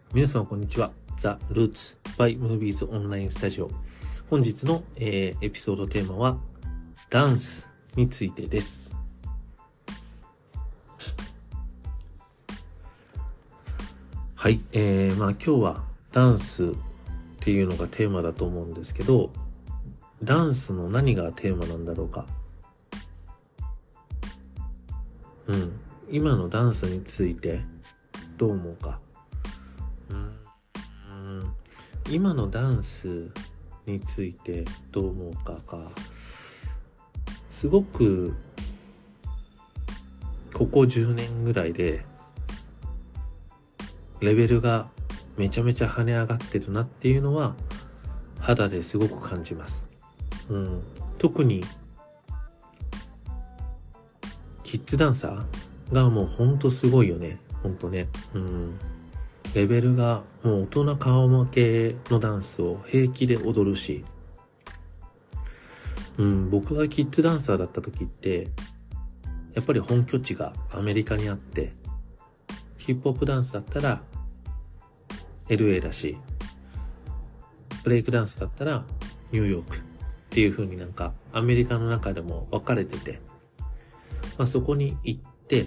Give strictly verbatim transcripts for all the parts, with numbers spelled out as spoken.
皆さんこんにちは。ザ・ルーツ by Movies オンラインスタジオ。本日の、えー、エピソードテーマはダンスについてです。はい、えー、まあ今日はダンスっていうのがテーマだと思うんですけど、ダンスの何がテーマなんだろうか。うん、今のダンスについてどう思うか。うん、今のダンスについてどう思うかか。すごくここじゅうねんぐらいでレベルがめちゃめちゃ跳ね上がってるなっていうのは肌ですごく感じます。うん、特にキッズダンサーがもうほんとすごいよね。ほんとね。うん。レベルがもう大人顔負けのダンスを平気で踊るし。うん、僕がキッズダンサーだった時って、やっぱり本拠地がアメリカにあって、ヒップホップダンスだったら エルエー だし、ブレイクダンスだったらニューヨークっていう風になんかアメリカの中でも分かれてて、まあ、そこに行って、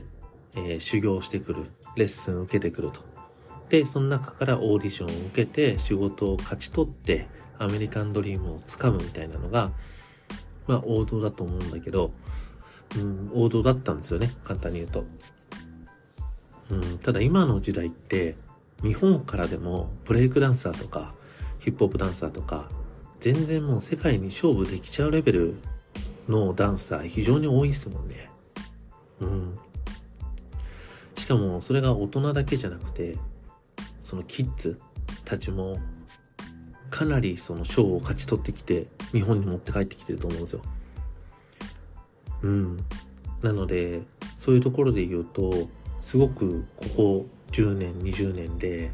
えー、修行してくる、レッスン受けてくると。で、その中からオーディションを受けて仕事を勝ち取ってアメリカンドリームをつかむみたいなのが、まあ王道だと思うんだけど、うん、王道だったんですよね、簡単に言うと。うん、ただ今の時代って日本からでもブレイクダンサーとかヒップホップダンサーとか全然もう世界に勝負できちゃうレベルのダンサー非常に多いっすもんね。うん。しかもそれが大人だけじゃなくて、そのキッズたちもかなりその賞を勝ち取ってきて日本に持って帰ってきてると思うんですよ。うん。なのでそういうところで言うとすごくここじゅうねんにじゅうねんで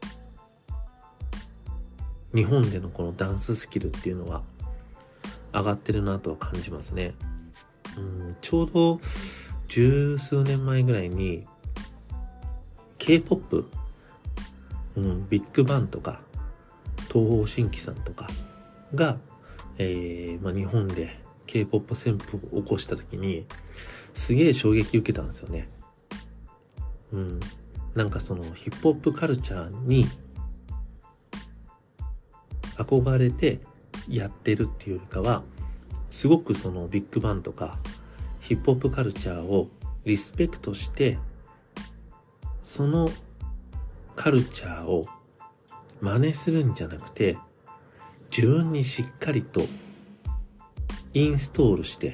日本でのこのダンススキルっていうのは上がってるなとは感じますね。うん、ちょうど十数年前ぐらいに K-ポップ、うん、ビッグバンとか東方神起さんとかが、えーまあ、日本で K-ポップ 旋風を起こした時にすげえ衝撃受けたんですよね。うん、なんかそのヒップホップカルチャーに憧れてやってるっていうよりかは、すごくそのビッグバンとかヒップホップカルチャーをリスペクトしてそのカルチャーを真似するんじゃなくて自分にしっかりとインストールして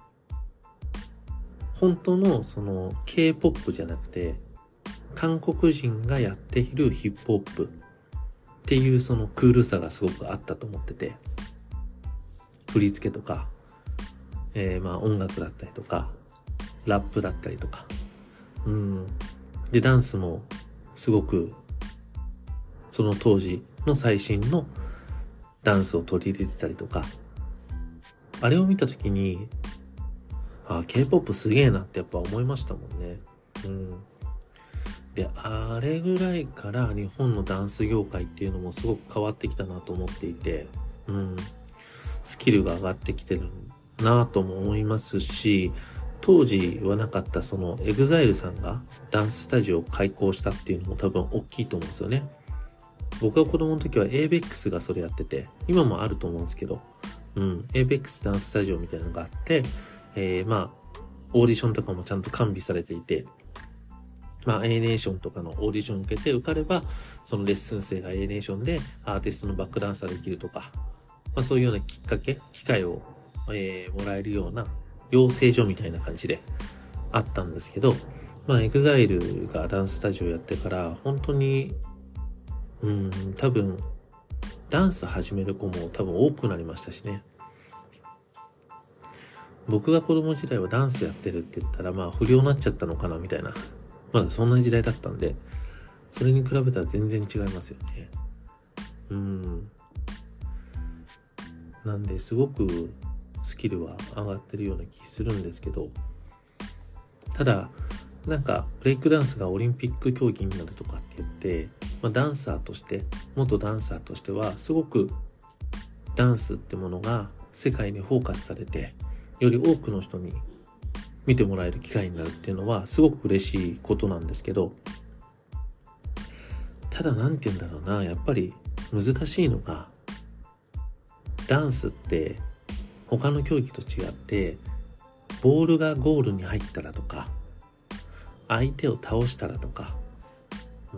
本当のその K-ポップ じゃなくて韓国人がやっているヒップホップっていうそのクールさがすごくあったと思ってて、振り付けとか、えー、まあ音楽だったりとかラップだったりとか、うんでダンスもすごくその当時の最新のダンスを取り入れてたりとか、あれを見たときにあ K-ポップ すげえなってやっぱ思いましたもんね。うんで、あれぐらいから日本のダンス業界っていうのもすごく変わってきたなと思っていて、うん、スキルが上がってきてるなとも思いますし、当時はなかったその エグザイル さんがダンススタジオを開講したっていうのも多分大きいと思うんですよね。僕が子供の時は エーベックス がそれやってて、今もあると思うんですけど、うん、エーベックス ダンススタジオみたいなのがあって、えー、まあ、オーディションとかもちゃんと完備されていて、まあ A ネーションとかのオーディションを受けて受かれば、そのレッスン生が A ネーションでアーティストのバックダンサーできるとか、まあそういうようなきっかけ、機会を、えー、もらえるような養成所みたいな感じであったんですけど、まあ エグザイル がダンススタジオやってから本当に、うん、多分ダンス始める子も多分多くなりましたしね。僕が子供時代はダンスやってるって言ったらまあ不良になっちゃったのかなみたいな。まだそんな時代だったんで、それに比べたら全然違いますよね。うん。なんですごくスキルは上がってるような気するんですけど、ただなんかブレイクダンスがオリンピック競技になるとかって言って、まあ、ダンサーとして元ダンサーとしてはすごくダンスってものが世界にフォーカスされて、より多くの人に見てもらえる機会になるっていうのはすごく嬉しいことなんですけど、ただなんて言うんだろうな、やっぱり難しいのが、ダンスって他の競技と違ってボールがゴールに入ったらとか、相手を倒したらとか、うん、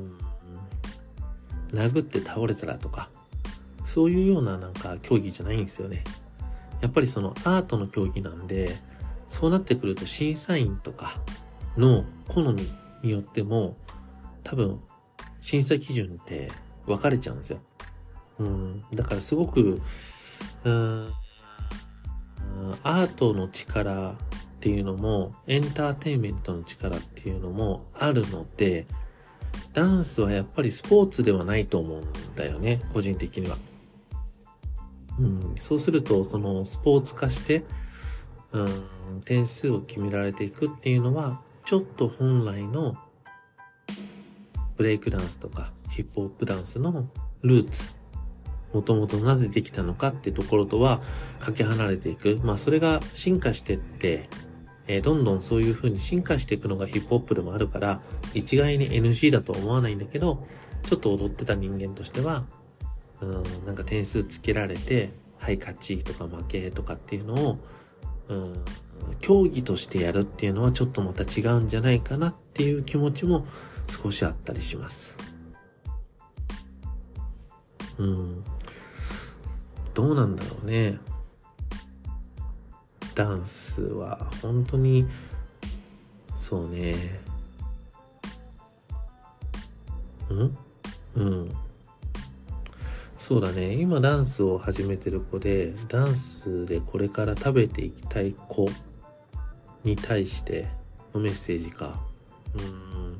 殴って倒れたらとか、そういうようななんか競技じゃないんですよね。やっぱりそのアートの競技なんで、そうなってくると審査員とかの好みによっても多分審査基準って分かれちゃうんですよ。うん、だからすごくうーんアートの力っていうのもエンターテインメントの力っていうのもあるので、ダンスはやっぱりスポーツではないと思うんだよね、個人的には。うん、そうするとそのスポーツ化して、うん、点数を決められていくっていうのはちょっと本来のブレイクダンスとかヒップホップダンスのルーツ、もともとなぜできたのかってところとはかけ離れていく。まあそれが進化してって、えー、どんどんそういう風に進化していくのがヒップホップでもあるから、一概に エヌジー だとは思わないんだけど、ちょっと踊ってた人間としては、うん、なんか点数つけられて、はい、勝ちとか負けとかっていうのを、うん、競技としてやるっていうのはちょっとまた違うんじゃないかなっていう気持ちも少しあったりします。うん、どうなんだろうね。ダンスは本当にそうね。うんうんそうだね。今ダンスを始めてる子で、ダンスでこれから食べていきたい子に対してのメッセージか。うーん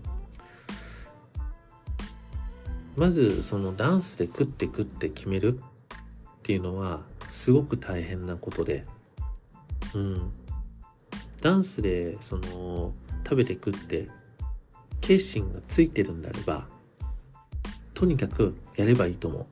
まずそのダンスで食って食って決めるっていうのはすごく大変なことで、うん、ダンスでその食べて食って決心がついてるんであれば、とにかくやればいいと思う。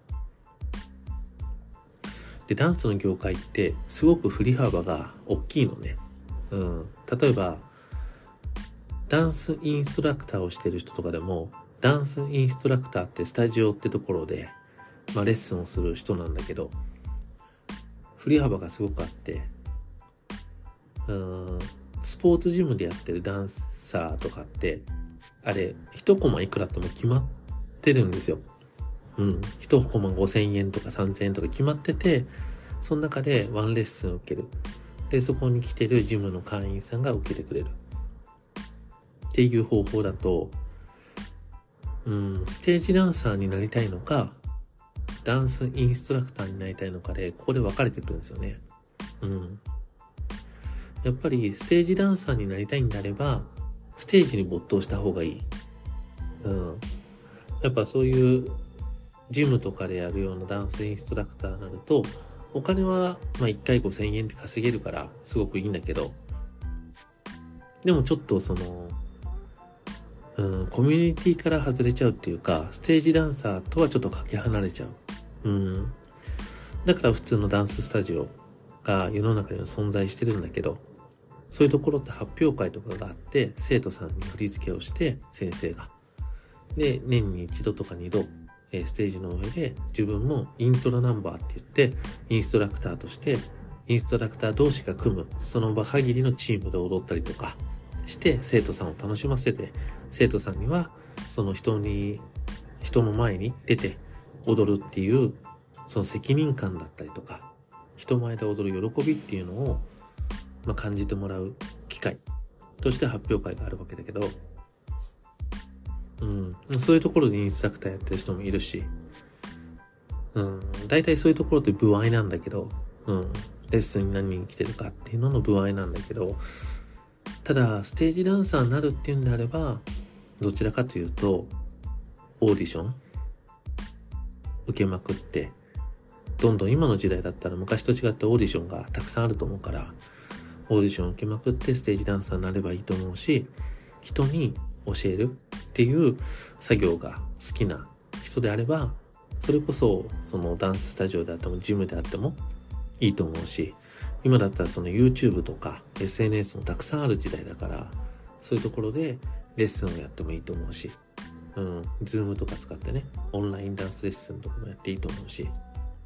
で、ダンスの業界ってすごく振り幅が大きいのね。うん、例えばダンスインストラクターをしてる人とかでも、ダンスインストラクターってスタジオってところで、まあ、レッスンをする人なんだけど、振り幅がすごくあって、うーんスポーツジムでやってるダンサーとかって、あれ一コマいくらっても決まってるんですよ。うん、一コマごせんえんとかさんぜんえんとか決まってて、その中でワンレッスン受ける。で、そこに来てるジムの会員さんが受けてくれるっていう方法だと、うん、ステージダンサーになりたいのか、ダンスインストラクターになりたいのかで、ここで分かれてくるんですよね。うん。やっぱりステージダンサーになりたいんであれば、ステージに没頭した方がいい。うん。やっぱそういうジムとかでやるようなダンスインストラクターになると、お金はまあいっかいごせんえんで稼げるからすごくいいんだけど、でもちょっとその、うん、コミュニティから外れちゃうっていうか、ステージダンサーとはちょっとかけ離れちゃう。うん。だから普通のダンススタジオが世の中には存在してるんだけど、そういうところって発表会とかがあって、生徒さんに振り付けをして先生が。で、年に一度とか二度、えー、ステージの上で自分もイントロナンバーって言って、インストラクターとして、インストラクター同士が組む、その場限りのチームで踊ったりとかして生徒さんを楽しませて、生徒さんにはその人に、人の前に出て踊るっていう、その責任感だったりとか、人前で踊る喜びっていうのを、まあ、感じてもらう機会として発表会があるわけだけど、うん、そういうところでインストラクターやってる人もいるし、うん、大体そういうところって歩合なんだけど、うん、レッスンに何人来てるかっていうのの歩合なんだけど、ただステージダンサーになるっていうんであれば、どちらかというとオーディション受けまくって、どんどん今の時代だったら昔と違ってオーディションがたくさんあると思うから、オーディション受けまくってステージダンサーになればいいと思うし、 人に教えるっていう作業が好きな人であれば、それこそそのダンススタジオであってもジムであってもいいと思うし、今だったらその YouTube とか エスエヌエス もたくさんある時代だから、そういうところでレッスンをやってもいいと思うし、うん、Zoom とか使ってね、オンラインダンスレッスンとかもやっていいと思うし、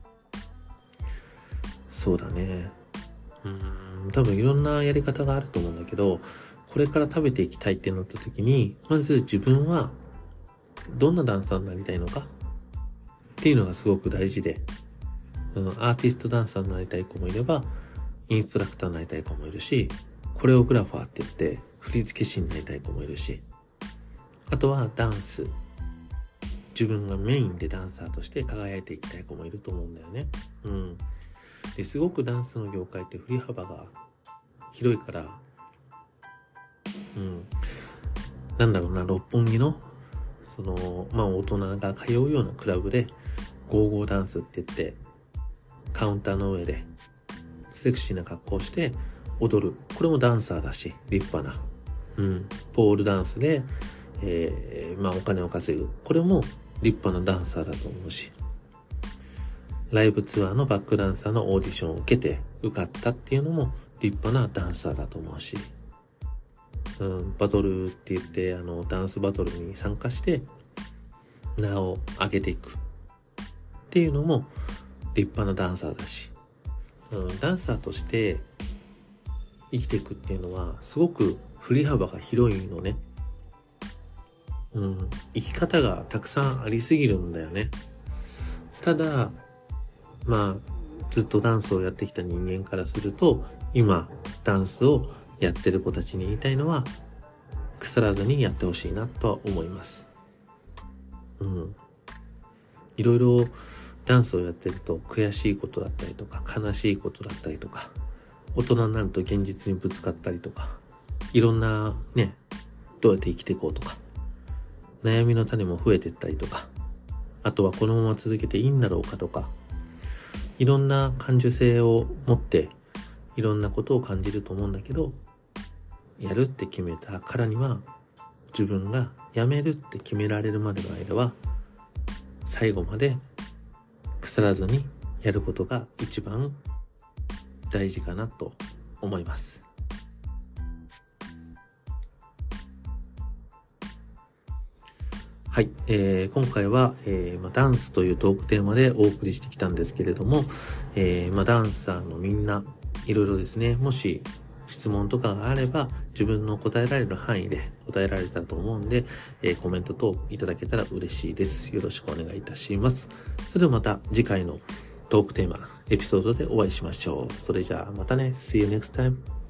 そうだね。うーん、多分いろんなやり方があると思うんだけど、これから食べていきたいってなった時に、まず自分はどんなダンサーになりたいのかっていうのがすごく大事で、うん、アーティストダンサーになりたい子もいれば、インストラクターになりたい子もいるし、コレオグラファーって言って振付師になりたい子もいるし、あとはダンス、自分がメインでダンサーとして輝いていきたい子もいると思うんだよね。うん。ですごくダンスの業界って振り幅が広いから、うん、なんだろうな、六本木のそのまあ大人が通うようなクラブでゴーゴーダンスって言ってカウンターの上でセクシーな格好をして踊る、これもダンサーだし立派な、うん、ポールダンスで、えー、まあお金を稼ぐ、これも立派なダンサーだと思うし、ライブツアーのバックダンサーのオーディションを受けて受かったっていうのも立派なダンサーだと思うし、うん、バトルって言ってあのダンスバトルに参加して名を上げていくっていうのも立派なダンサーだし、うん、ダンサーとして生きていくっていうのはすごく振り幅が広いのね。うん、生き方がたくさんありすぎるんだよね。ただまあずっとダンスをやってきた人間からすると、今ダンスをやってる子たちに言いたいのは、腐らずにやってほしいなとは思います。うん。いろいろダンスをやってると悔しいことだったりとか悲しいことだったりとか、大人になると現実にぶつかったりとか、いろんなね、どうやって生きていこうとか、悩みの種も増えていったりとか、あとはこのまま続けていいんだろうかとか、いろんな感受性を持っていろんなことを感じると思うんだけど、やるって決めたからには、自分がやめるって決められるまでの間は最後まで腐らずにやることが一番大事かなと思います。はい、えー、今回は、えーまあ、ダンスというトークテーマでお送りしてきたんですけれども、えーまあ、ダンサーのみんないろいろですね、もし質問とかがあれば自分の答えられる範囲で答えられたらと思うんで、えー、コメント等いただけたら嬉しいです。よろしくお願いいたします。それではまた次回のトークテーマエピソードでお会いしましょう。それじゃあまたね。See you next time.